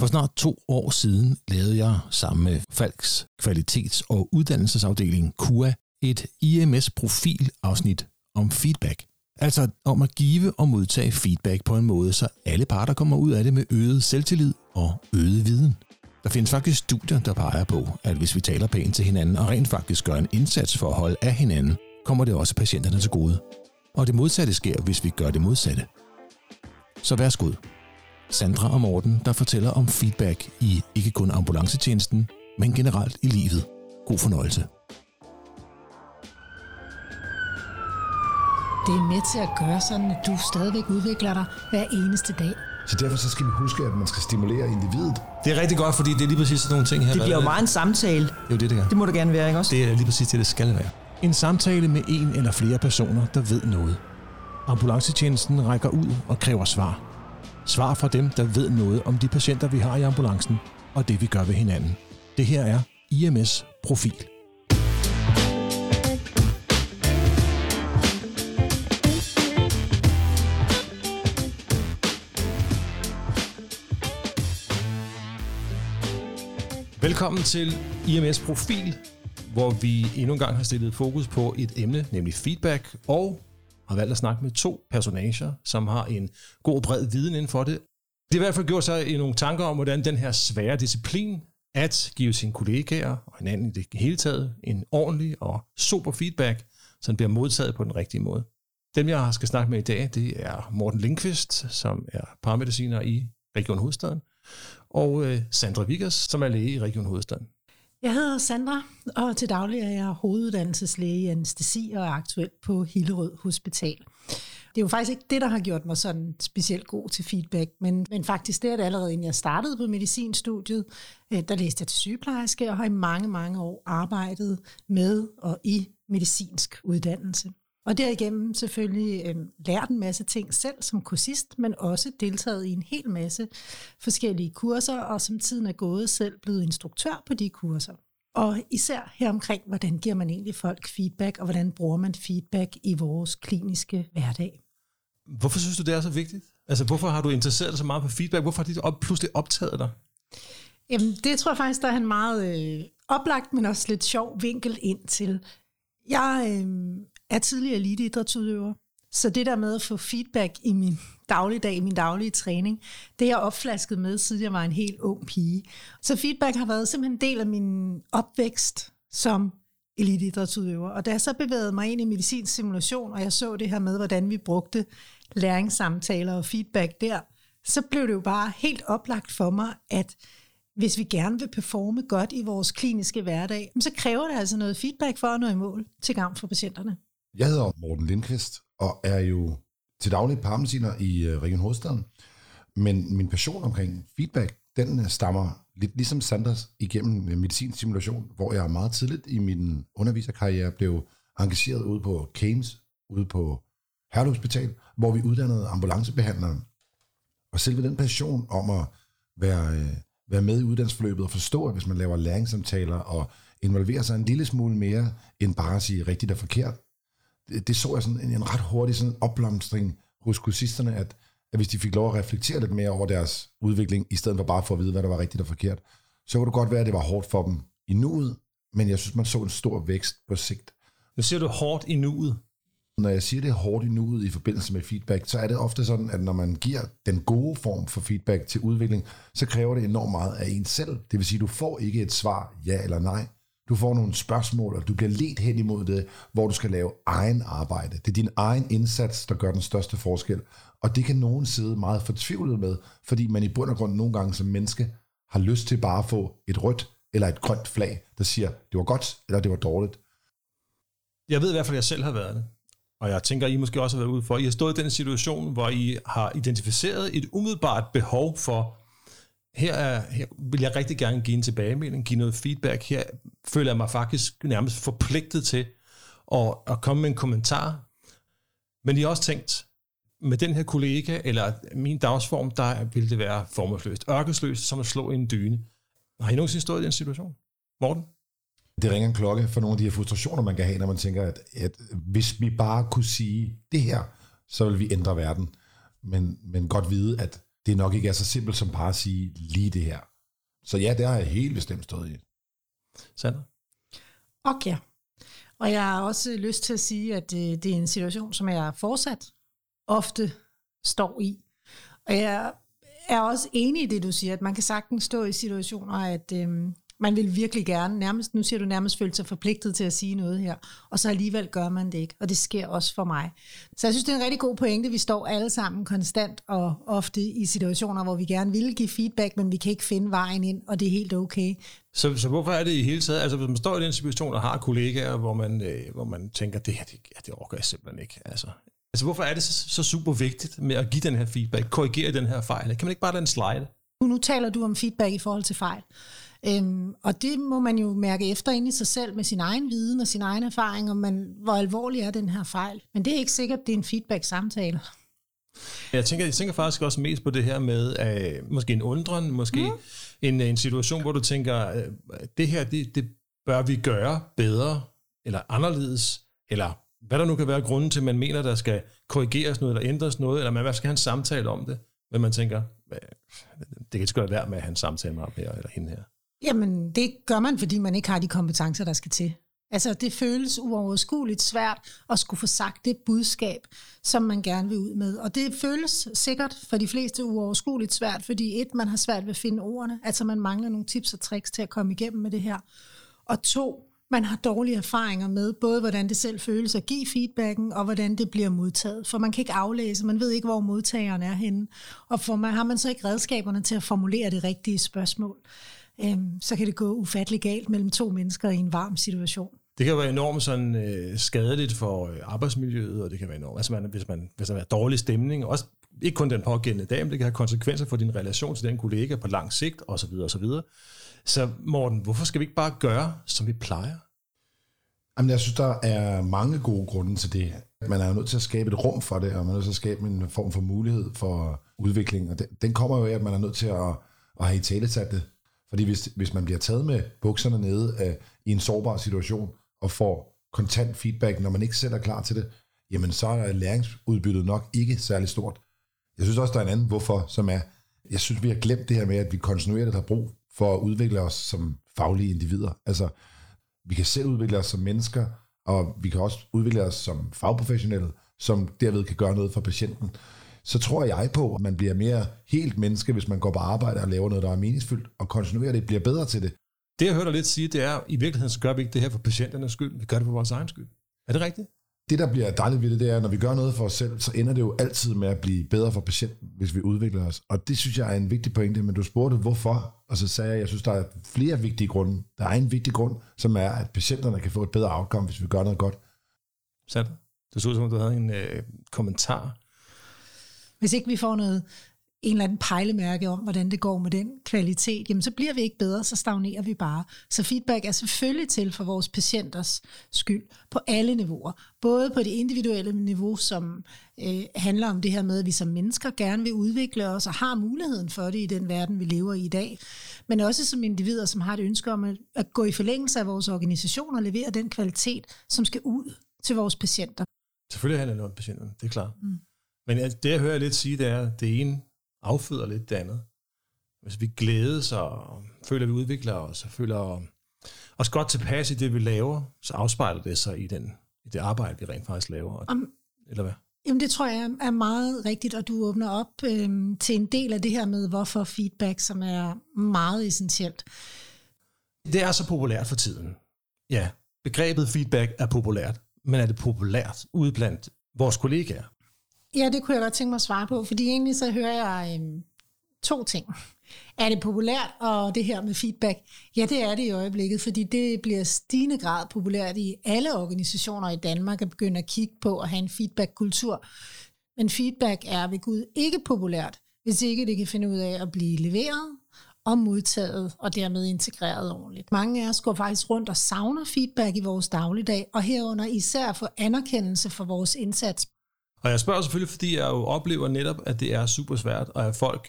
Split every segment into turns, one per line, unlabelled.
For snart 2 år siden lavede jeg sammen med Falks kvalitets- og uddannelsesafdeling KUA et IMS-profil-afsnit om feedback. Altså om at give og modtage feedback på en måde, så alle parter kommer ud af det med øget selvtillid og øget viden. Der findes faktisk studier, der peger på, at hvis vi taler pænt til hinanden og rent faktisk gør en indsats for at holde af hinanden, kommer det også patienterne til gode. Og det modsatte sker, hvis vi gør det modsatte. Så værsgo. Sandra og Morten, der fortæller om feedback i ikke kun ambulancetjenesten, men generelt i livet. God fornøjelse.
Det er med til at gøre sådan, at du stadigvæk udvikler dig hver eneste dag.
Så derfor så skal vi huske, at man skal stimulere individet.
Det er rigtig godt, fordi det er lige præcis sådan nogle ting her.
Det bliver jo meget en samtale.
Det er jo det gør.
Det må det gerne være, ikke også?
Det er lige præcis det skal være. En samtale med en eller flere personer, der ved noget. Ambulancetjenesten rækker ud og kræver svar. Svar fra dem, der ved noget om de patienter, vi har i ambulancen, og det vi gør ved hinanden. Det her er IMS Profil. Velkommen til IMS Profil, hvor vi endnu en gang har stillet fokus på et emne, nemlig feedback, og har valgt at snakke med 2 personager, som har en god bred viden inden for det. Det har i hvert fald gjort sig i nogle tanker om, hvordan den her svære disciplin at give sine kollegaer og hinanden i det hele taget en ordentlig og super feedback, så den bliver modtaget på den rigtige måde. Dem, jeg skal snakke med i dag, det er Morten Lindqvist, som er paramediciner i Region Hovedstaden, og Sandra Vickers, som er læge i Region Hovedstaden.
Jeg hedder Sandra, og til daglig er jeg hoveduddannelseslæge i anæstesi og er aktuelt på Hillerød Hospital. Det er jo faktisk ikke det, der har gjort mig sådan specielt god til feedback, men faktisk det er det allerede, inden jeg startede på medicinstudiet. Der læste jeg til sygeplejerske og har i mange, mange år arbejdet med og i medicinsk uddannelse. Og derigennem selvfølgelig lært en masse ting selv som kursist, men også deltaget i en hel masse forskellige kurser, og som tiden er gået selv blevet instruktør på de kurser. Og især her omkring, hvordan giver man egentlig folk feedback, og hvordan bruger man feedback i vores kliniske hverdag.
Hvorfor synes du, det er så vigtigt? Altså, hvorfor har du interesseret dig så meget på feedback? Hvorfor har det pludselig optaget dig?
Jamen, det tror jeg faktisk, der er en meget oplagt, men også lidt sjov vinkel ind til. Jeg er tidligere eliteidrætsudøver, så det der med at få feedback i min dagligdag, i min daglige træning, det er jeg opflasket med, siden jeg var en helt ung pige. Så feedback har været simpelthen en del af min opvækst som eliteidrætsudøver. Og da jeg så bevægede mig ind i medicinsk simulation, og jeg så det her med, hvordan vi brugte læringssamtaler og feedback der, så blev det jo bare helt oplagt for mig, at hvis vi gerne vil performe godt i vores kliniske hverdag, så kræver det altså noget feedback for at nå i mål til gavn for patienterne.
Jeg hedder Morten Lindqvist og er jo til daglig paramediciner i Region Hovedstaden. Men min passion omkring feedback, den stammer lidt ligesom Sanders igennem medicinsk simulation, hvor jeg meget tidligt i min underviserkarriere blev engageret ude på Cames, ude på Herlev Hospital, hvor vi uddannede ambulancebehandlere. Og selve den passion om at være med i uddannelsesforløbet og forstå, at hvis man laver læringssamtaler og involverer sig en lille smule mere, end bare at sige rigtigt og forkert, det så jeg sådan en ret hurtig sådan opblomstring hos kursisterne, at hvis de fik lov at reflektere lidt mere over deres udvikling, i stedet for bare for at vide, hvad der var rigtigt og forkert, så kunne det godt være, at det var hårdt for dem i nuet, men jeg synes, man så en stor vækst på sigt.
Nu siger du hårdt i nuet.
Når jeg siger, det er hårdt i nuet i forbindelse med feedback, så er det ofte sådan, at når man giver den gode form for feedback til udvikling, så kræver det enormt meget af en selv. Det vil sige, du får ikke et svar ja eller nej. Du får nogle spørgsmål, og du bliver ledt hen imod det, hvor du skal lave egen arbejde. Det er din egen indsats, der gør den største forskel. Og det kan nogen sidde meget fortvivlet med, fordi man i bund og grund nogle gange som menneske har lyst til bare at få et rødt eller et grønt flag, der siger, det var godt eller det var dårligt.
Jeg ved i hvert fald, at jeg selv har været det. Og jeg tænker, at I måske også har været ude for. I har stået i den situation, hvor I har identificeret et umiddelbart behov for, her vil jeg rigtig gerne give en tilbagemelding, give noget feedback. Her føler jeg mig faktisk nærmest forpligtet til at komme med en kommentar. Men I har også tænkt, med den her kollega, eller min dagsform, der vil det være formålsløst, ørkesløst, som at slå i en dyne. Har I nogensinde stået i den situation? Morten?
Det ringer en klokke for nogle af de her frustrationer, man kan have, når man tænker, at hvis vi bare kunne sige det her, så vil vi ændre verden. Men godt vide, at det nok ikke er så simpelt som bare at sige lige det her. Så ja, det har jeg helt bestemt stået i.
Sandra?
Okay. Og jeg har også lyst til at sige, at det er en situation, som jeg fortsat ofte står i. Og jeg er også enig i det, du siger, at man kan sagtens stå i situationer, at man vil virkelig gerne, nu siger du nærmest føle sig forpligtet til at sige noget her, og så alligevel gør man det ikke, og det sker også for mig. Så jeg synes, det er en rigtig god pointe. Vi står alle sammen konstant og ofte i situationer, hvor vi gerne vil give feedback, men vi kan ikke finde vejen ind, og det er helt okay.
Så hvorfor er det i hele taget, altså hvis man står i den situation og har kollegaer, hvor man tænker, det her, det orker jeg simpelthen ikke, altså hvorfor er det så super vigtigt med at give den her feedback, korrigere den her fejl? Kan man ikke bare lade den slide?
Nu taler du om feedback i forhold til fejl. Og det må man jo mærke efter inde i sig selv med sin egen viden og sin egen erfaring, om hvor alvorlig er den her fejl. Men det er ikke sikkert, det er en feedback-samtale.
Jeg tænker faktisk også mest på det her med måske en undren, måske en situation, hvor du tænker, det her, det bør vi gøre bedre, eller anderledes, eller hvad der nu kan være grunden til, at man mener, der skal korrigeres noget, eller ændres noget, eller man skal have en samtale om det, men man tænker, det kan ikke gøre være med at have en samtale med ham her, eller hende her.
Jamen, det gør man, fordi man ikke har de kompetencer, der skal til. Altså, det føles uoverskueligt svært at skulle få sagt det budskab, som man gerne vil ud med. Og det føles sikkert for de fleste uoverskueligt svært, fordi man har svært ved at finde ordene, altså man mangler nogle tips og tricks til at komme igennem med det her. Og 2, man har dårlige erfaringer med, både hvordan det selv føles at give feedbacken, og hvordan det bliver modtaget. For man kan ikke aflæse, man ved ikke, hvor modtageren er henne. Og har man så ikke redskaberne til at formulere det rigtige spørgsmål, så kan det gå ufattelig galt mellem 2 mennesker i en varm situation.
Det kan være enormt sådan, skadeligt for arbejdsmiljøet, og det kan være enormt, altså hvis der er dårlig stemning, også ikke kun den pågældende dag, men det kan have konsekvenser for din relation til den kollega på lang sigt, osv. osv. Så Morten, hvorfor skal vi ikke bare gøre, som vi plejer?
Jamen, jeg synes, der er mange gode grunde til det. Man er jo nødt til at skabe et rum for det, og man er nødt til at skabe en form for mulighed for udvikling, og den kommer jo af, at man er nødt til at have i talesat det. Fordi hvis man bliver taget med bukserne nede i en sårbar situation, og får kontant feedback, når man ikke selv er klar til det, jamen så er læringsudbyttet nok ikke særlig stort. Jeg synes også, der er en anden hvorfor, som er, jeg synes, vi har glemt det her med, at vi kontinuerligt har brug for at udvikle os som faglige individer. Altså, vi kan selv udvikle os som mennesker, og vi kan også udvikle os som fagprofessionelle, som derved kan gøre noget for patienten. Så tror jeg på, at man bliver mere helt menneske, hvis man går på arbejde og laver noget, der er meningsfyldt, og kontinuerligt bliver bedre til det.
Det, jeg hører dig lidt sige, det er, i virkeligheden så gør vi ikke det her for patienternes skyld, vi gør det for vores egen skyld. Er det rigtigt?
Det, der bliver dejligt ved det er, at når vi gør noget for os selv, så ender det jo altid med at blive bedre for patienten, hvis vi udvikler os. Og det synes jeg er en vigtig pointe, men du spurgte, hvorfor? Og så sagde jeg synes, der er flere vigtige grunde. Der er en vigtig grund, som er, at patienterne kan få et bedre outcome, hvis vi gør noget godt.
Sandt. Det så ud som, du havde en kommentar.
Hvis ikke vi får en eller anden pejlemærke om, hvordan det går med den kvalitet, jamen så bliver vi ikke bedre, så stagnerer vi bare. Så feedback er selvfølgelig til for vores patienters skyld på alle niveauer. Både på det individuelle niveau, som handler om det her med, at vi som mennesker gerne vil udvikle os og har muligheden for det i den verden, vi lever i dag. Men også som individer, som har et ønske om at gå i forlængelse af vores organisation og levere den kvalitet, som skal ud til vores patienter.
Selvfølgelig handler det om patienterne, det er klart. Men det, jeg hører lidt sige, det er, at det ene afføder lidt det andet. Hvis vi glædes og føler, at vi udvikler os og føler os godt tilpas i det, vi laver, så afspejler det sig i det arbejde, vi rent faktisk laver. Eller hvad?
Jamen det tror jeg er meget rigtigt, og du åbner op til en del af det her med, hvorfor feedback, som er meget essentielt.
Det er så populært for tiden. Ja, begrebet feedback er populært, men er det populært ude blandt vores kollegaer?
Ja, det kunne jeg godt tænke mig at svare på, fordi egentlig så hører jeg 2 ting. Er det populært, og det her med feedback? Ja, det er det i øjeblikket, fordi det bliver stigende grad populært i alle organisationer i Danmark at begynde at kigge på at have en feedback-kultur. Men feedback er ved Gud ikke populært, hvis ikke det kan finde ud af at blive leveret og modtaget og dermed integreret ordentligt. Mange af os går faktisk rundt og savner feedback i vores dagligdag, og herunder især for anerkendelse for vores indsats.
Og jeg spørger selvfølgelig, fordi jeg jo oplever netop, at det er super svært, og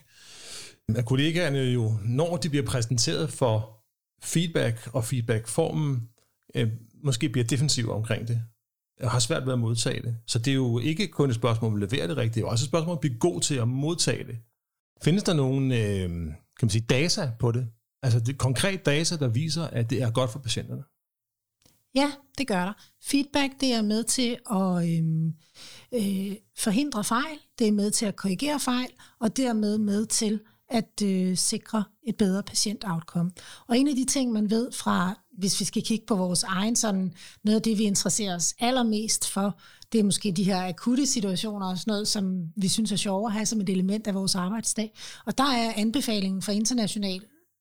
at kollegaerne jo, når de bliver præsenteret for feedback og feedbackformen, måske bliver defensive omkring det, og har svært ved at modtage det. Så det er jo ikke kun et spørgsmål om at levere det rigtigt, det er også et spørgsmål om at blive god til at modtage det. Findes der nogle kan man sige, data på det? Altså det konkret data, der viser, at det er godt for patienterne?
Ja, det gør der. Feedback, det er med til at forhindre fejl, det er med til at korrigere fejl, og dermed med til at sikre et bedre patient-outcome. Og en af de ting, man ved fra, hvis vi skal kigge på vores egen, sådan noget af det, vi interesserer os allermest for, det er måske de her akutte situationer og sådan noget, som vi synes er sjovere at have som et element af vores arbejdsdag. Og der er anbefalingen fra international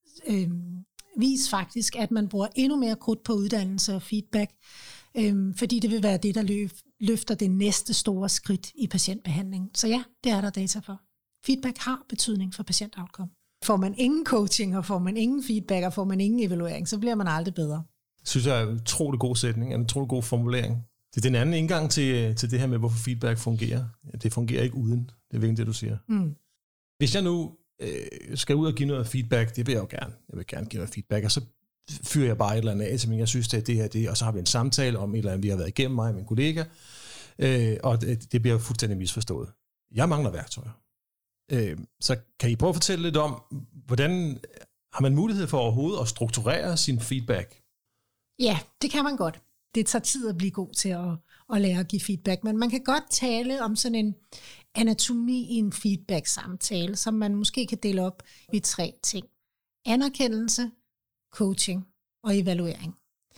vis faktisk, at man bruger endnu mere krudt på uddannelse og feedback, fordi det vil være det, der løfter det næste store skridt i patientbehandlingen. Så ja, det er der data for. Feedback har betydning for patient-outcome. Får man ingen coaching, og får man ingen feedback, og får man ingen evaluering, så bliver man aldrig bedre.
Det synes jeg er en utrolig god sætning, en utrolig god formulering. Det er den anden indgang til det her med, hvorfor feedback fungerer. Det fungerer ikke uden. Det er virkelig det, du siger. Mm. Hvis jeg nu skal ud og give noget feedback, det vil jeg jo gerne. Jeg vil gerne give noget feedback, og så fyrer jeg bare et eller andet af til mig. Jeg synes, det er det, og så har vi en samtale om et eller andet, vi har været igennem, mig og min kollega, og det bliver fuldstændig misforstået. Jeg mangler værktøjer. Så kan I prøve at fortælle lidt om, hvordan har man mulighed for overhovedet at strukturere sin feedback?
Ja, det kan man godt. Det tager tid at blive god til at lære at give feedback, men man kan godt tale om sådan en anatomi i en feedback-samtale, som man måske kan dele op i 3 ting. Anerkendelse, coaching og evaluering.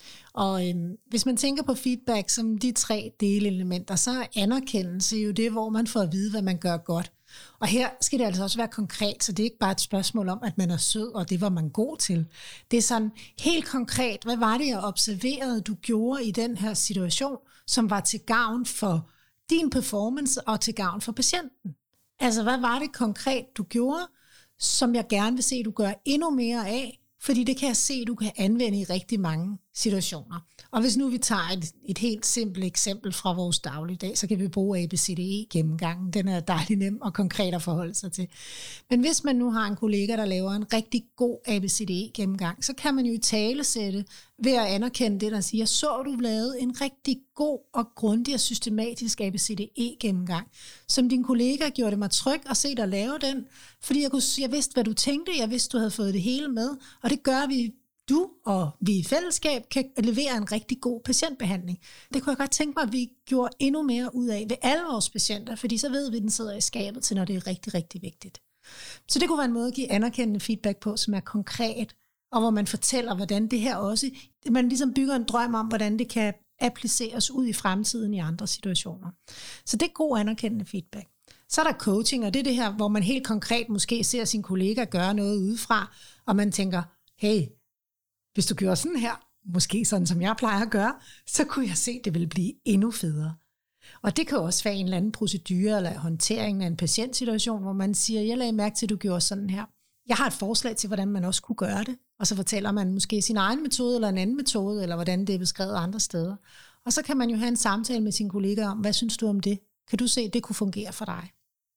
Og hvis man tænker på feedback som de 3 delelementer, så er anerkendelse jo det, hvor man får at vide, hvad man gør godt. Og her skal det altså også være konkret, så det er ikke bare et spørgsmål om, at man er sød, og det var man god til. Det er sådan helt konkret, hvad var det, jeg observerede, du gjorde i den her situation, som var til gavn for din performance og til gavn for patienten? Altså, hvad var det konkret, du gjorde, som jeg gerne vil se, du gør endnu mere af, fordi det kan jeg se, du kan anvende i rigtig mange situationer. Og hvis nu vi tager et helt simpelt eksempel fra vores dagligdag, så kan vi bruge ABCDE-gennemgangen. Den er dejlig nem og konkret at forholde sig til. Men hvis man nu har en kollega, der laver en rigtig god ABCDE-gennemgang, så kan man jo i talesætte ved at anerkende det, der siger, så du lavede en rigtig god og grundig og systematisk ABCDE-gennemgang. Som din kollega gjorde det mig tryg at se dig lave den, fordi jeg vidste, hvad du tænkte, jeg vidste, du havde fået det hele med, og det gør vi. Du og vi i fællesskab kan levere en rigtig god patientbehandling. Det kunne jeg godt tænke mig, at vi gjorde endnu mere ud af ved alle vores patienter, fordi så ved vi, at den sidder i skabet til, når det er rigtig, rigtig vigtigt. Så det kunne være en måde at give anerkendende feedback på, som er konkret, og hvor man fortæller, hvordan det her også, man ligesom bygger en drøm om, hvordan det kan appliceres ud i fremtiden i andre situationer. Så det er god anerkendende feedback. Så er der coaching, og det er det her, hvor man helt konkret måske ser sin kollega gøre noget udefra, og man tænker, hey, hvis du gjorde sådan her, måske sådan som jeg plejer at gøre, så kunne jeg se, at det ville blive endnu federe. Og det kan også være en eller anden procedure eller håndtering af en patientsituation, hvor man siger, jeg lagde mærke til, at du gjorde sådan her. Jeg har et forslag til, hvordan man også kunne gøre det. Og så fortæller man måske sin egen metode eller en anden metode, eller hvordan det er beskrevet andre steder. Og så kan man jo have en samtale med sine kollegaer om, hvad synes du om det? Kan du se, at det kunne fungere for dig?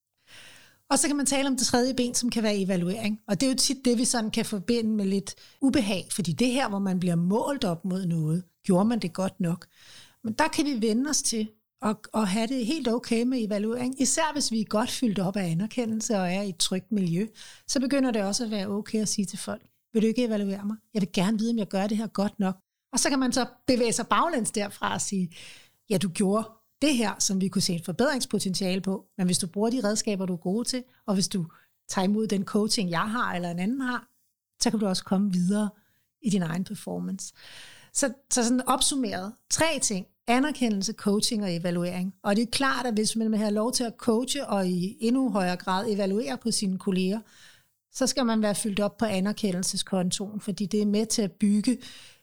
Og så kan man tale om det 3. ben, som kan være evaluering. Og det er jo tit det, vi sådan kan forbinde med lidt ubehag, fordi det her, hvor man bliver målt op mod noget, gjorde man det godt nok. Men der kan vi vende os til at have det helt okay med evaluering. Især hvis vi er godt fyldt op af anerkendelse og er i et trygt miljø, så begynder det også at være okay at sige til folk, vil du ikke evaluere mig? Jeg vil gerne vide, om jeg gør det her godt nok. Og så kan man så bevæge sig baglæns derfra og sige, ja, du gjorde det her, som vi kunne se et forbedringspotentiale på, men hvis du bruger de redskaber, du er gode til, og hvis du tager imod den coaching, jeg har, eller en anden har, så kan du også komme videre i din egen performance. Så sådan opsummeret, 3 ting, anerkendelse, coaching og evaluering. Og det er klart, at hvis man vil have lov til at coache, og i endnu højere grad evaluere på sine kolleger, så skal man være fyldt op på anerkendelseskontoen, fordi det er med til at bygge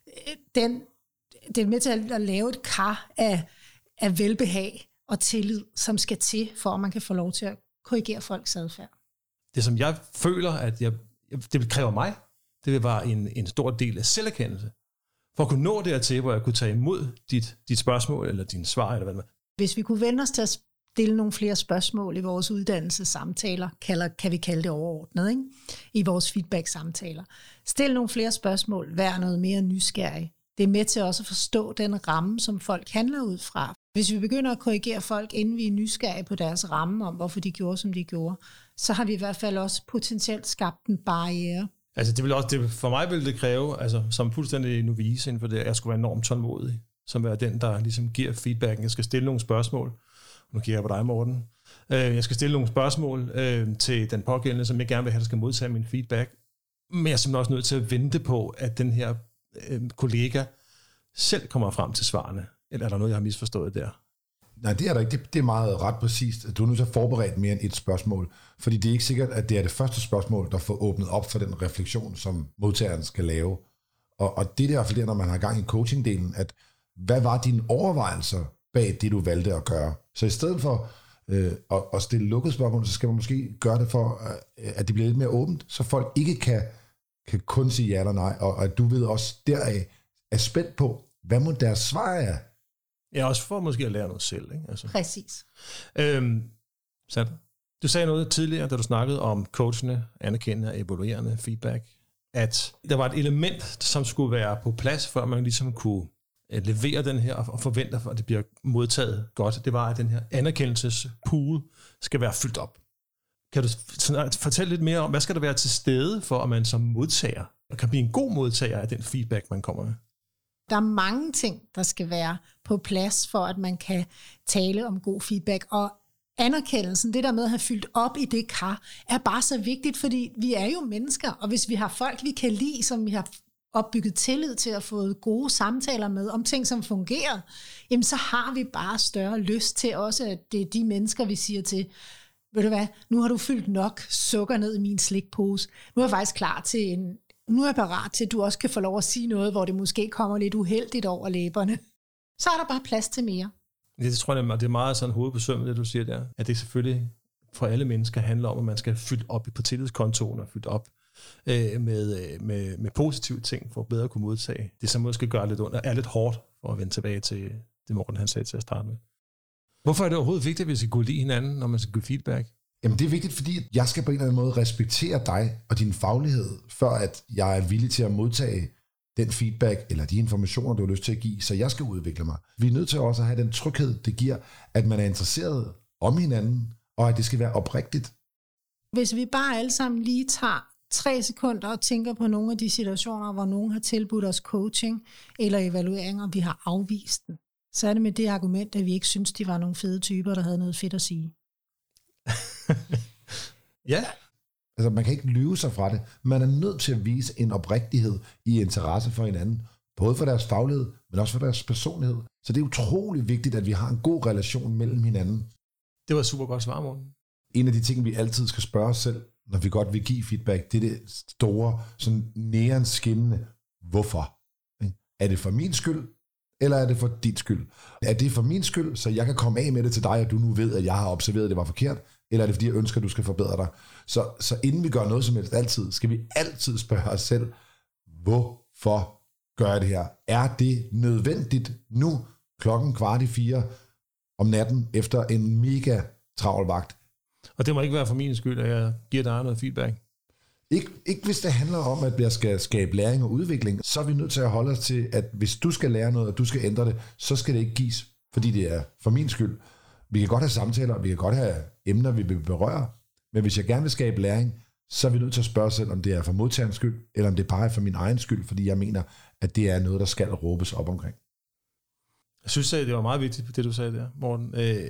det er med til at lave et kar af velbehag og tillid, som skal til, for at man kan få lov til at korrigere folks adfærd.
Det, som jeg føler, at det kræver mig, det vil være en stor del af selverkendelse. For at kunne nå dertil, hvor jeg kunne tage imod dit spørgsmål, eller dine svar, eller hvad det var.
Hvis vi kunne vende os til at stille nogle flere spørgsmål i vores uddannelsessamtaler, kan vi kalde det overordnet, ikke? I vores feedback-samtaler. Stil nogle flere spørgsmål, vær noget mere nysgerrig. Det er med til også at forstå den ramme, som folk handler ud fra. Hvis vi begynder at korrigere folk, inden vi er nysgerrige på deres ramme om, hvorfor de gjorde, som de gjorde, så har vi i hvert fald også potentielt skabt en barriere.
Altså for mig ville det kræve, altså som fuldstændig novice inden for det, at jeg skulle være enormt tålmodig, som er den, der ligesom giver feedbacken. Jeg skal stille nogle spørgsmål. Nu kigger jeg på dig, Morten. Jeg skal stille nogle spørgsmål til den pågældende, som jeg gerne vil have, der skal modtage min feedback. Men jeg er simpelthen også nødt til at vente på, at den her kollega selv kommer frem til svarene. Eller er der noget, jeg har misforstået der?
Nej, det er der ikke. Det er meget ret præcist. Du er nødt til at forberede mere end et spørgsmål, fordi det er ikke sikkert, at det er det første spørgsmål, der får åbnet op for den refleksion, som modtageren skal lave. Og det er i hvert fald, når man har gang i coachingdelen, at hvad var dine overvejelser bag det, du valgte at gøre? Så i stedet for at stille lukkede spørgsmål, så skal man måske gøre det for, at det bliver lidt mere åbent, så folk ikke kan kun sige ja eller nej, og at du ved også deraf er spændt på, hvad må deres svar er?
Ja, også for måske at lære noget selv. Ikke? Altså.
Præcis.
Så du sagde noget tidligere, da du snakkede om coachende, anerkendende og evaluerende feedback, at der var et element, som skulle være på plads, før man ligesom kunne levere den her og forvente, at det bliver modtaget godt. Det var, at den her anerkendelsespool skal være fyldt op. Kan du fortælle lidt mere om, hvad skal der være til stede, for at man som modtager kan blive en god modtager af den feedback, man kommer med?
Der er mange ting, der skal være på plads, for at man kan tale om god feedback. Og anerkendelsen, det der med at have fyldt op i det kar, er bare så vigtigt, fordi vi er jo mennesker, og hvis vi har folk, vi kan lide, som vi har opbygget tillid til at få gode samtaler med om ting, som fungerer, jamen så har vi bare større lyst til også, at det er de mennesker, vi siger til, ved du hvad, nu har du fyldt nok sukker ned i min slikpose. Nu er jeg faktisk klar til nu er jeg parat til, at du også kan få lov at sige noget, hvor det måske kommer lidt uheldigt over læberne. Så er der bare plads til mere.
Det tror jeg, det er meget sådan hovedbesømmet, det du siger der, at det selvfølgelig for alle mennesker handler om, at man skal fylde op på tillidskontoen og fyldt op med positive ting, for at bedre kunne modtage. Det som måske gør lidt ondt, er lidt hårdt, for at vende tilbage til det, Morten han sagde til at starte med. Hvorfor er det overhovedet vigtigt, at vi skal kunne lide hinanden, når man skal give feedback?
Jamen det er vigtigt, fordi jeg skal på en eller anden måde respektere dig og din faglighed, før at jeg er villig til at modtage den feedback eller de informationer, du har lyst til at give, så jeg skal udvikle mig. Vi er nødt til også at have den tryghed, det giver, at man er interesseret om hinanden, og at det skal være oprigtigt.
Hvis vi bare alle sammen lige tager 3 sekunder og tænker på nogle af de situationer, hvor nogen har tilbudt os coaching eller evaluering, og vi har afvist den, så er det med det argument, at vi ikke synes, de var nogle fede typer, der havde noget fedt at sige.
Ja.
Altså man kan ikke lyve sig fra det. Man er nødt til at vise en oprigtighed i interesse for hinanden, både for deres faglighed, men også for deres personlighed. Så det er utrolig vigtigt, at vi har en god relation mellem hinanden.
Det var super godt svar, Morten.
En af de ting, vi altid skal spørge os selv, når vi godt vil give feedback, det er det store, sådan nærenskinnende, hvorfor? Er det for min skyld, eller er det for din skyld? Er det for min skyld, så jeg kan komme af med det til dig, og du nu ved, at jeg har observeret, at det var forkert, eller er det fordi, jeg ønsker, at du skal forbedre dig? Så inden vi gør noget som helst altid, skal vi altid spørge os selv, hvorfor gør jeg det her? Er det nødvendigt nu, 3:15 om natten, efter en mega travl vagt?
Og det må ikke være for min skyld, at jeg giver dig noget feedback.
Ikke hvis det handler om, at jeg skal skabe læring og udvikling, så er vi nødt til at holde os til, at hvis du skal lære noget, og du skal ændre det, så skal det ikke gives, fordi det er for min skyld. Vi kan godt have samtaler, vi kan godt have emner, vi vil berøre, men hvis jeg gerne vil skabe læring, så er vi nødt til at spørge os selv, om det er for modtagerens skyld, eller om det bare er for min egen skyld, fordi jeg mener, at det er noget, der skal råbes op omkring.
Jeg synes, det var meget vigtigt, det du sagde der, Morten.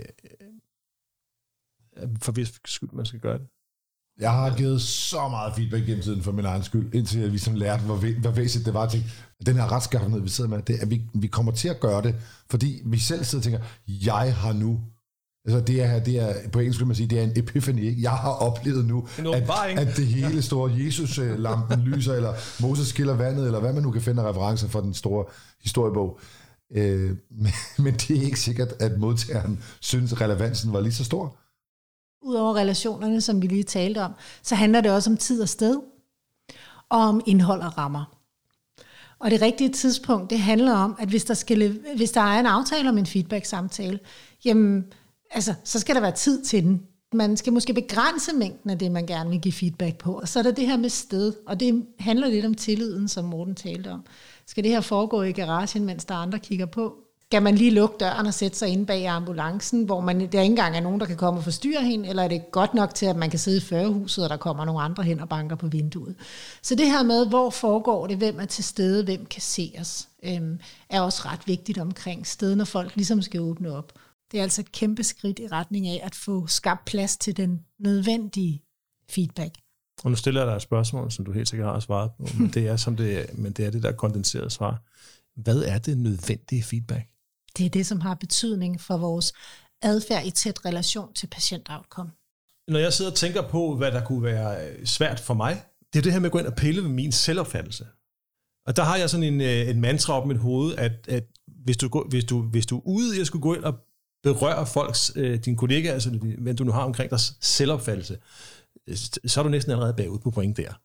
For hvis skyld man skal gøre det.
Jeg har givet så meget feedback gennem tiden for min egen skyld, indtil jeg ligesom lærte, hvor væsentligt det var til den her retskaffenhed, vi sidder med, det er, at vi kommer til at gøre det, fordi vi selv sidder og tænker, jeg har nu, altså det er på engelsk vil man sige, det er en epiphany, ikke? Jeg har oplevet nu, at det hele store Jesus-lampen lyser, eller Moses skiller vandet, eller hvad man nu kan finde af referencer for den store historiebog. Men det er ikke sikkert, at modtageren synes, relevansen var lige så stor.
Udover relationerne, som vi lige talte om, så handler det også om tid og sted, og om indhold og rammer. Og det rigtige tidspunkt, det handler om, at hvis der er en aftale om en feedback-samtale, jamen, altså, så skal der være tid til den. Man skal måske begrænse mængden af det, man gerne vil give feedback på. Og så er der det her med sted, og det handler lidt om tilliden, som Morten talte om. Skal det her foregå i garagen, mens der andre kigger på? skal man lige lukke døren og sætte sig inde bag ambulancen, hvor der ikke engang er nogen, der kan komme og forstyrre hende, eller er det godt nok til, at man kan sidde i førerhuset, og der kommer nogle andre hen og banker på vinduet. Så det her med, hvor foregår det, hvem er til stede, hvem kan se os, er også ret vigtigt omkring stedet, når folk ligesom skal åbne op. Det er altså et kæmpe skridt i retning af at få skabt plads til den nødvendige feedback.
Og nu stiller jeg dig et spørgsmål, som du helt sikkert har svaret på, men det er det der kondenserede svar. Hvad er det nødvendige feedback?
Det er det, som har betydning for vores adfærd i tæt relation til patient-outcome.
Når jeg sidder og tænker på, hvad der kunne være svært for mig, det er det her med at gå ind og pille ved min selvopfattelse. Og der har jeg sådan en mantra op i mit hoved, at hvis du er ude i at skulle gå ind og berøre folks, dine kollegaer, altså hvem du nu har omkring deres selvopfattelse, så er du næsten allerede bagud på point der.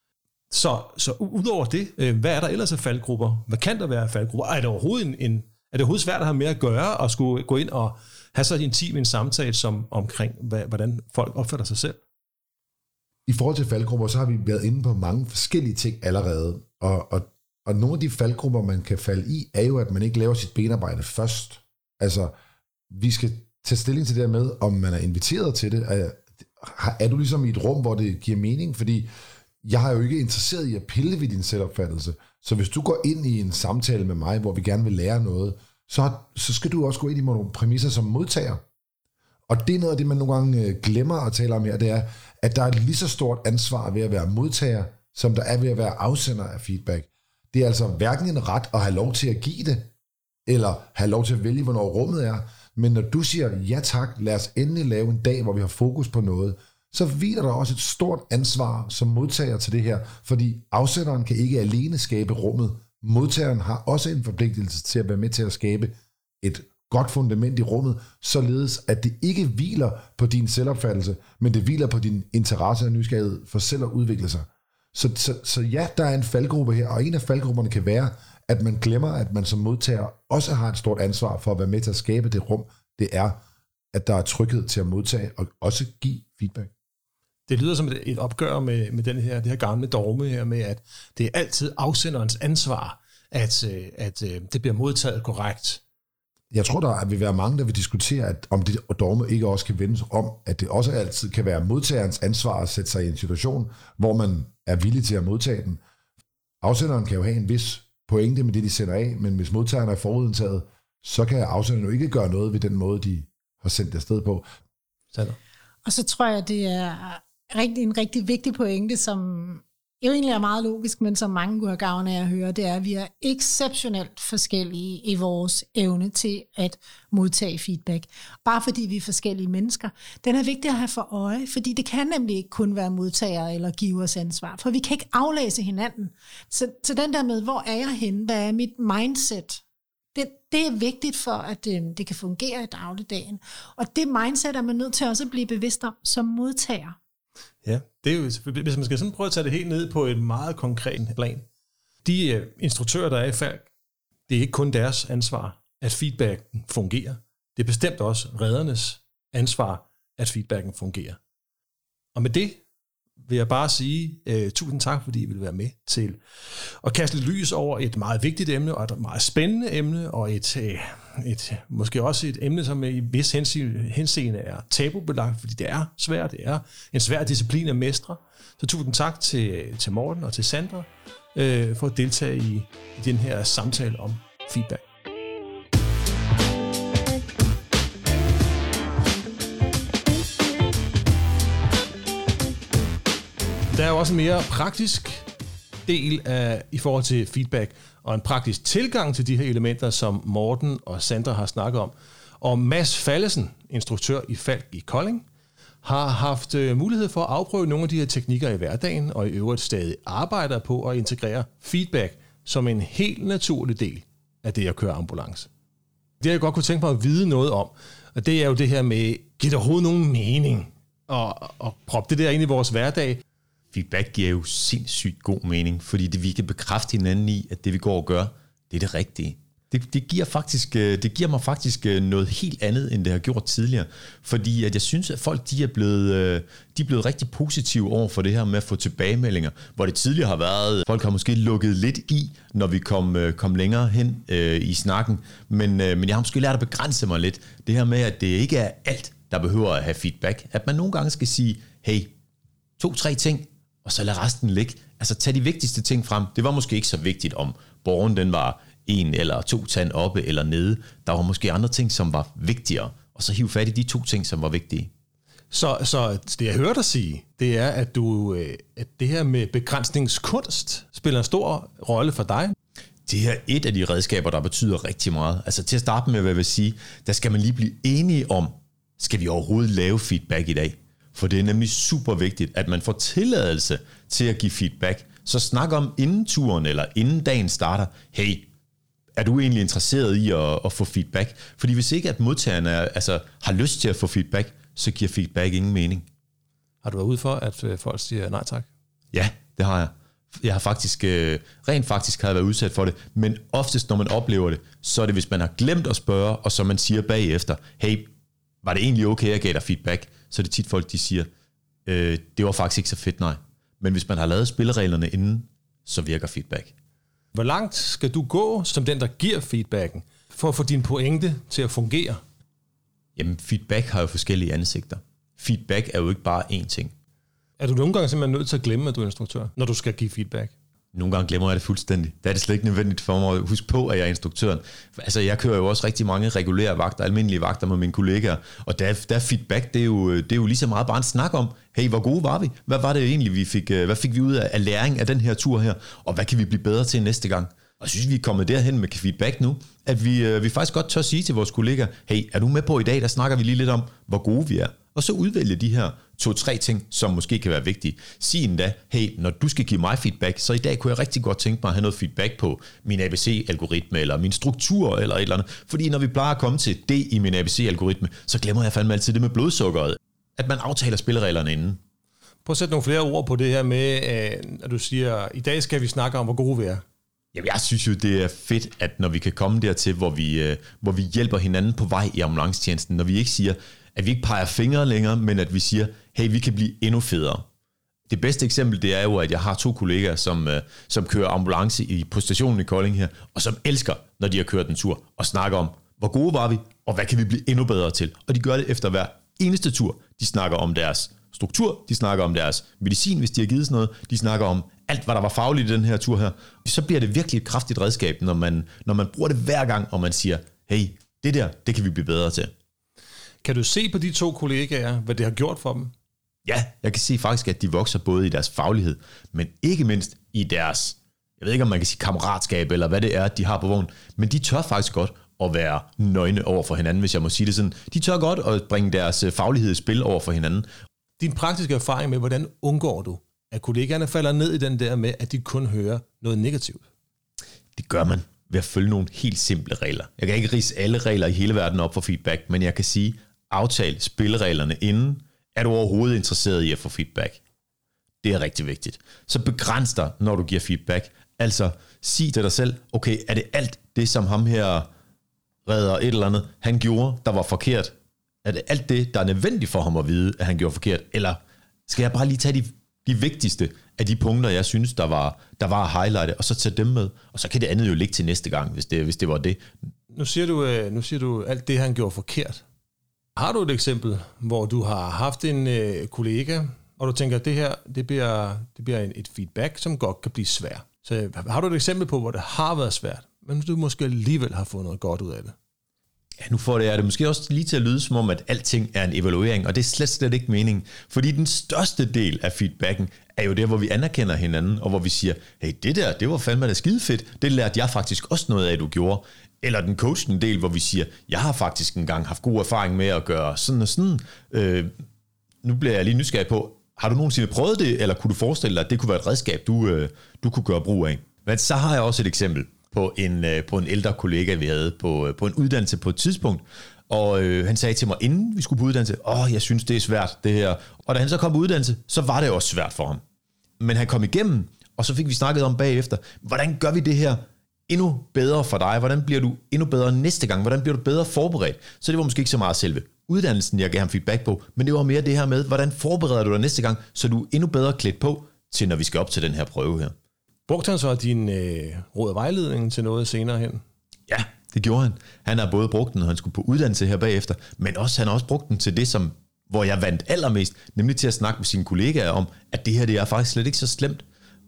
Så udover det, hvad er der ellers af faldgrupper? Hvad kan der være af faldgrupper? Er det overhovedet svært at have med at gøre, og skulle gå ind og have så intim en samtale som omkring, hvordan folk opfatter sig selv?
I forhold til faldgrupper, så har vi været inde på mange forskellige ting allerede, og nogle af de faldgrupper, man kan falde i, er jo, at man ikke laver sit benarbejde først. Altså, vi skal tage stilling til det med, om man er inviteret til det. Er du ligesom i et rum, hvor det giver mening? Fordi jeg har jo ikke interesseret i at pille ved din selvopfattelse. Så hvis du går ind i en samtale med mig, hvor vi gerne vil lære noget, så skal du også gå ind i nogle præmisser som modtager. Og det er noget af det, man nogle gange glemmer at tale om her, det er, at der er et lige så stort ansvar ved at være modtager, som der er ved at være afsender af feedback. Det er altså hverken en ret at have lov til at give det, eller have lov til at vælge, hvornår rummet er. Men når du siger, ja tak, lad os endelig lave en dag, hvor vi har fokus på noget, så hviler der også et stort ansvar som modtager til det her, fordi afsenderen kan ikke alene skabe rummet. Modtageren har også en forpligtelse til at være med til at skabe et godt fundament i rummet, således at det ikke hviler på din selvopfattelse, men det hviler på din interesse og nysgerrighed for selv at udvikle sig. Så ja, der er en faldgruppe her, og en af faldgrupperne kan være, at man glemmer, at man som modtager også har et stort ansvar for at være med til at skabe det rum, det er, at der er tryghed til at modtage og også give feedback.
Det lyder som et opgør med det her gamle dogme her med, at det er altid afsenderens ansvar, at det bliver modtaget korrekt.
Jeg tror, der vil være mange, der vil diskutere, at om det dogme ikke også kan vendes om, at det også altid kan være modtagerens ansvar at sætte sig i en situation, hvor man er villig til at modtage den. Afsenderen kan jo have en vis pointe med det, de sender af, men hvis modtageren er forudindtaget, så kan afsenderen jo ikke gøre noget ved den måde, de har sendt det afsted på.
Og så tror jeg, det er en rigtig vigtig pointe, som jo egentlig er meget logisk, men som mange kunne have gavn af at høre, det er, at vi er exceptionelt forskellige i vores evne til at modtage feedback. Bare fordi vi er forskellige mennesker. Den er vigtig at have for øje, fordi det kan nemlig ikke kun være modtager eller givers ansvar, for vi kan ikke aflæse hinanden. Så den der med, hvor er jeg henne? Hvad er mit mindset? Det er vigtigt for, at det kan fungere i dagligdagen. Og det mindset er man nødt til også at blive bevidst om som modtager.
Ja, det er jo, hvis man skal sådan prøve at tage det helt ned på et meget konkret plan. De instruktører, der er i Falck, det er ikke kun deres ansvar, at feedbacken fungerer. Det er bestemt også redernes ansvar, at feedbacken fungerer. Og med det vil jeg bare sige tusind tak, fordi I vil være med til at kaste lys over et meget vigtigt emne, og et meget spændende emne, og måske også et emne, som i vis henseende er tabubelagt, fordi det er svært, det er en svær disciplin at mestre. Så tusind tak til Morten og til Sandra for at deltage i den her samtale om feedback. Der er jo også en mere praktisk del i forhold til feedback, og en praktisk tilgang til de her elementer, som Morten og Sandra har snakket om. Og Mads Fallesen, instruktør i Falck i Kolding, har haft mulighed for at afprøve nogle af de her teknikker i hverdagen, og i øvrigt stadig arbejder på at integrere feedback som en helt naturlig del af det at køre ambulance. Det jeg godt kunne tænke mig at vide noget om, og det er jo det her med, giver det overhovedet nogen mening at proppe det der ind i vores hverdag?
Feedback giver jo sindssygt god mening, fordi vi kan bekræfte hinanden i, at det vi går og gør, det er det rigtige. Det giver mig faktisk noget helt andet, end det har gjort tidligere. Fordi at jeg synes, at folk de er blevet rigtig positive over for det her med at få tilbagemeldinger, hvor det tidligere har været, folk har måske lukket lidt i, når vi kom længere hen i snakken. Men jeg har måske lært at begrænse mig lidt. Det her med, at det ikke er alt, der behøver at have feedback. At man nogle gange skal sige, hey, 2-3 ting, og så lad resten ligge. Altså tag de vigtigste ting frem. Det var måske ikke så vigtigt, om borgen den var 1 eller 2 tand oppe eller nede. Der var måske andre ting, som var vigtigere. Og så hiv fat i de 2 ting, som var vigtige.
Så det jeg hører dig sige, det er, at det her med begrænsningskunst spiller en stor rolle for dig.
Det her er et af de redskaber, der betyder rigtig meget. Altså til at starte med, hvad jeg vil sige, der skal man lige blive enige om, skal vi overhovedet lave feedback i dag? For det er nemlig super vigtigt, at man får tilladelse til at give feedback. Så snak om inden turen eller inden dagen starter, hey, er du egentlig interesseret i at få feedback? Fordi hvis ikke at modtagerne har lyst til at få feedback, så giver feedback ingen mening.
Har du været ude for, at folk siger nej tak?
Ja, det har jeg. Jeg har faktisk, rent faktisk har jeg været udsat for det, men oftest når man oplever det, så er det hvis man har glemt at spørge, og så man siger bagefter, hey, var det egentlig okay, at jeg gav dig feedback? Så er det tit folk, de siger, det var faktisk ikke så fedt, nej. Men hvis man har lavet spillereglerne inden, så virker feedback.
Hvor langt skal du gå som den, der giver feedbacken, for at få din pointe til at fungere?
Jamen, feedback har jo forskellige ansigter. Feedback er jo ikke bare én ting.
Er du nogle gange simpelthen nødt til at glemme, at du er instruktør, når du skal give feedback?
Nogle gange glemmer jeg det fuldstændig. Der er det slet ikke nødvendigt for mig at huske på, at jeg er instruktøren. Altså, jeg kører jo også rigtig mange regulære vagter, almindelige vagter med mine kollegaer, og der er feedback, det er jo lige så meget bare en snak om, hey, hvor gode var vi? Hvad var det egentlig, hvad fik vi ud af læring af den her tur her? Og hvad kan vi blive bedre til næste gang? Og jeg synes, vi er kommet derhen med feedback nu, at vi faktisk godt tør sige til vores kollegaer, hey, er du med på i dag, der snakker vi lige lidt om, hvor gode vi er. Og så udvælge de her 2-3 ting, som måske kan være vigtige. Sig endda, hey, når du skal give mig feedback, så i dag kunne jeg rigtig godt tænke mig at have noget feedback på min ABC-algoritme, eller min struktur, eller et eller andet. Fordi når vi plejer at komme til det i min ABC-algoritme, så glemmer jeg fandme altid det med blodsukkeret. At man aftaler spillereglerne inden.
Prøv at sætte nogle flere ord på det her med, at du siger, i dag skal vi snakke om, hvor gode vi er.
Jamen, jeg synes jo, det er fedt, at når vi kan komme dertil, hvor vi hjælper hinanden på vej i ambulancetjenesten, når vi ikke siger, at vi ikke peger fingre længere, men at vi siger, hey, vi kan blive endnu federe. Det bedste eksempel, det er jo, at jeg har 2 kollegaer, som kører ambulance på stationen i Kolding her, og som elsker, når de har kørt en tur, og snakker om, hvor gode var vi, og hvad kan vi blive endnu bedre til. Og de gør det efter hver eneste tur. De snakker om deres struktur, de snakker om deres medicin, hvis de har givet sådan noget, de snakker om alt, hvad der var fagligt i den her tur her. Så bliver det virkelig et kraftigt redskab, når man bruger det hver gang, og man siger, hey, det kan vi blive bedre til.
Kan du se på de 2 kollegaer, hvad det har gjort for dem?
Ja, jeg kan se faktisk, at de vokser både i deres faglighed, men ikke mindst i deres, jeg ved ikke, om man kan sige kammeratskab, eller hvad det er, de har på vognen, men de tør faktisk godt at være nøgne over for hinanden, hvis jeg må sige det sådan. De tør godt at bringe deres faglighed i spil over for hinanden.
Din praktiske erfaring med, hvordan undgår du, at kollegaerne falder ned i den der med, at de kun hører noget negativt?
Det gør man ved at følge nogle helt simple regler. Jeg kan ikke ridse alle regler i hele verden op for feedback, men jeg kan sige, aftal spillereglerne inden. Er du overhovedet interesseret i at få feedback? Det er rigtig vigtigt. Så begræns dig, når du giver feedback. Altså, sig til dig selv, okay, er det alt det, som ham her redder et eller andet, han gjorde, der var forkert? Er det alt det, der er nødvendigt for ham at vide, at han gjorde forkert? Eller skal jeg bare lige tage de vigtigste af de punkter, jeg synes, der var at highlighte, og så tage dem med? Og så kan det andet jo ligge til næste gang, hvis det var det.
Nu siger du alt det, han gjorde forkert. Har du et eksempel, hvor du har haft en kollega, og du tænker, at det her det bliver et feedback, som godt kan blive svært? Så har du et eksempel på, hvor det har været svært, men du måske alligevel har fået noget godt ud af det?
Ja, nu får det måske også lige til at lyde som om, at alting er en evaluering, og det er slet ikke meningen. Fordi den største del af feedbacken er jo der, hvor vi anerkender hinanden, og hvor vi siger, hey, det var fandme da skide fedt, det lærte jeg faktisk også noget af, du gjorde. Eller den coachende del, hvor vi siger, jeg har faktisk engang haft god erfaring med at gøre sådan og sådan. Nu bliver jeg lige nysgerrig på, har du nogensinde prøvet det, eller kunne du forestille dig, at det kunne være et redskab, du kunne gøre brug af? Men så har jeg også et eksempel på en ældre kollega, vi havde på en uddannelse på et tidspunkt. Og han sagde til mig, inden vi skulle på uddannelse, jeg synes, det er svært, det her. Og da han så kom på uddannelse, så var det også svært for ham. Men han kom igennem, og så fik vi snakket om bagefter, hvordan gør vi det her endnu bedre for dig? Hvordan bliver du endnu bedre næste gang? Hvordan bliver du bedre forberedt? Så det var måske ikke så meget selve uddannelsen, jeg gav ham feedback på, men det var mere det her med, hvordan forbereder du dig næste gang, så du er endnu bedre klædt på, til når vi skal op til den her prøve her.
Brugte han så din råd og vejledning til noget senere hen?
Ja, det gjorde han. Han har både brugt den, når han skulle på uddannelse her bagefter, men også, han har også brugt den til det, hvor jeg vandt allermest, nemlig til at snakke med sine kollegaer om, at det her det er faktisk slet ikke så slemt.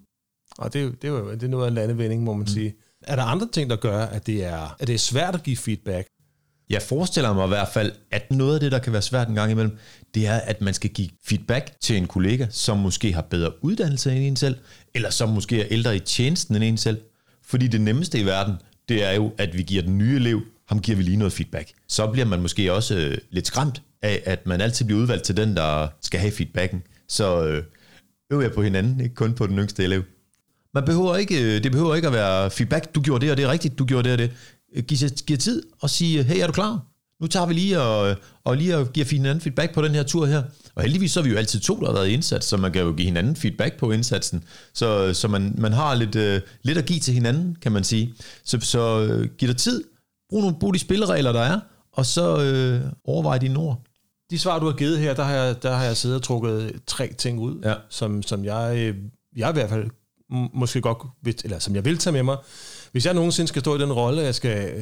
Og det er noget af en landevinding, må man sige. Er der andre ting, der gør, at det er svært at give feedback?
Jeg forestiller mig i hvert fald, at noget af det, der kan være svært en gang imellem, det er, at man skal give feedback til en kollega, som måske har bedre uddannelse end en selv, eller som måske er ældre i tjenesten end en selv. Fordi det nemmeste i verden, det er jo, at vi giver den nye elev, ham giver vi lige noget feedback. Så bliver man måske også lidt skræmt af, at man altid bliver udvalgt til den, der skal have feedbacken. Så øver jeg på hinanden, ikke kun på den yngste elev. Det behøver ikke at være feedback, du gjorde det, og det er rigtigt, du gjorde det og det. Giv tid og sige, hey, er du klar? Nu tager vi lige og giver hinanden feedback på den her tur her. Og heldigvis så er vi jo altid to, der har været i indsats, så man kan jo give hinanden feedback på indsatsen. Så man har lidt at give til hinanden, kan man sige. Så giv dig tid, brug de spilleregler, der er, og så overvej dine ord.
De svar, du har givet her, der har jeg siddet og trukket 3 ting ud, ja. som jeg i hvert fald måske godt, eller som jeg vil tage med mig. Hvis jeg nogensinde skal stå i den rolle, jeg skal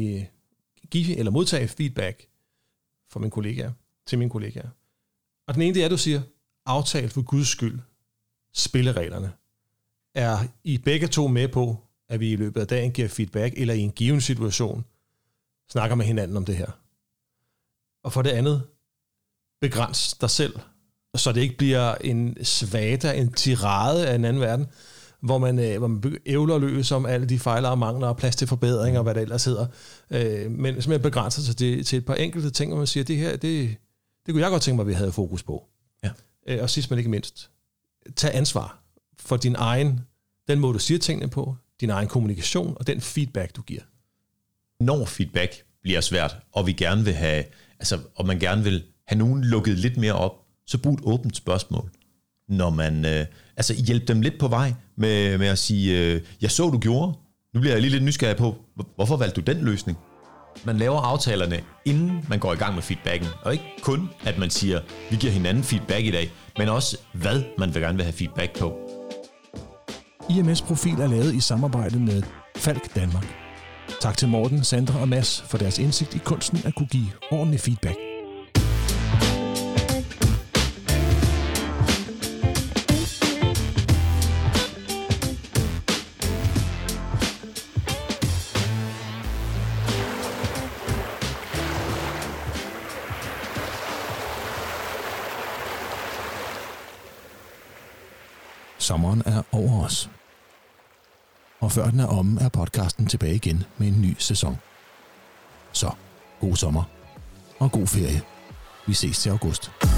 give eller modtage feedback fra mine kollegaer, til mine kollegaer. Og den ene, det er, at du siger, aftale for Guds skyld, spillereglerne. Er I begge to med på, at vi i løbet af dagen giver feedback, eller i en given situation, snakker med hinanden om det her? Og for det andet, begræns dig selv, så det ikke bliver en svada, en tirade af en anden verden, hvor man ævler løs om alle de fejler og mangler og plads til forbedringer og hvad der ellers hedder. Men simpelthen begrænser sig til et par enkelte ting, hvor man siger, det her, det kunne jeg godt tænke mig, at vi havde fokus på. Ja. Og sidst men ikke mindst, tag ansvar for din egen, den måde du siger tingene på, din egen kommunikation og den feedback, du giver.
Når feedback bliver svært, og vi gerne vil have, og man gerne vil have nogen lukket lidt mere op, så brug et åbent spørgsmål. Når man hjælp dem lidt på vej med at sige, jeg så du gjorde, nu bliver jeg lige lidt nysgerrig på, hvorfor valgte du den løsning? Man laver aftalerne, inden man går i gang med feedbacken, og ikke kun, at man siger, vi giver hinanden feedback i dag, men også, hvad man vil gerne vil have feedback på.
IMS-profil er lavet i samarbejde med Falck Danmark. Tak til Morten, Sandra og Mads for deres indsigt i kunsten at kunne give ordentlig feedback. Sommeren er over os. Og før den er omme, er podcasten tilbage igen med en ny sæson. Så, god sommer og god ferie. Vi ses til august.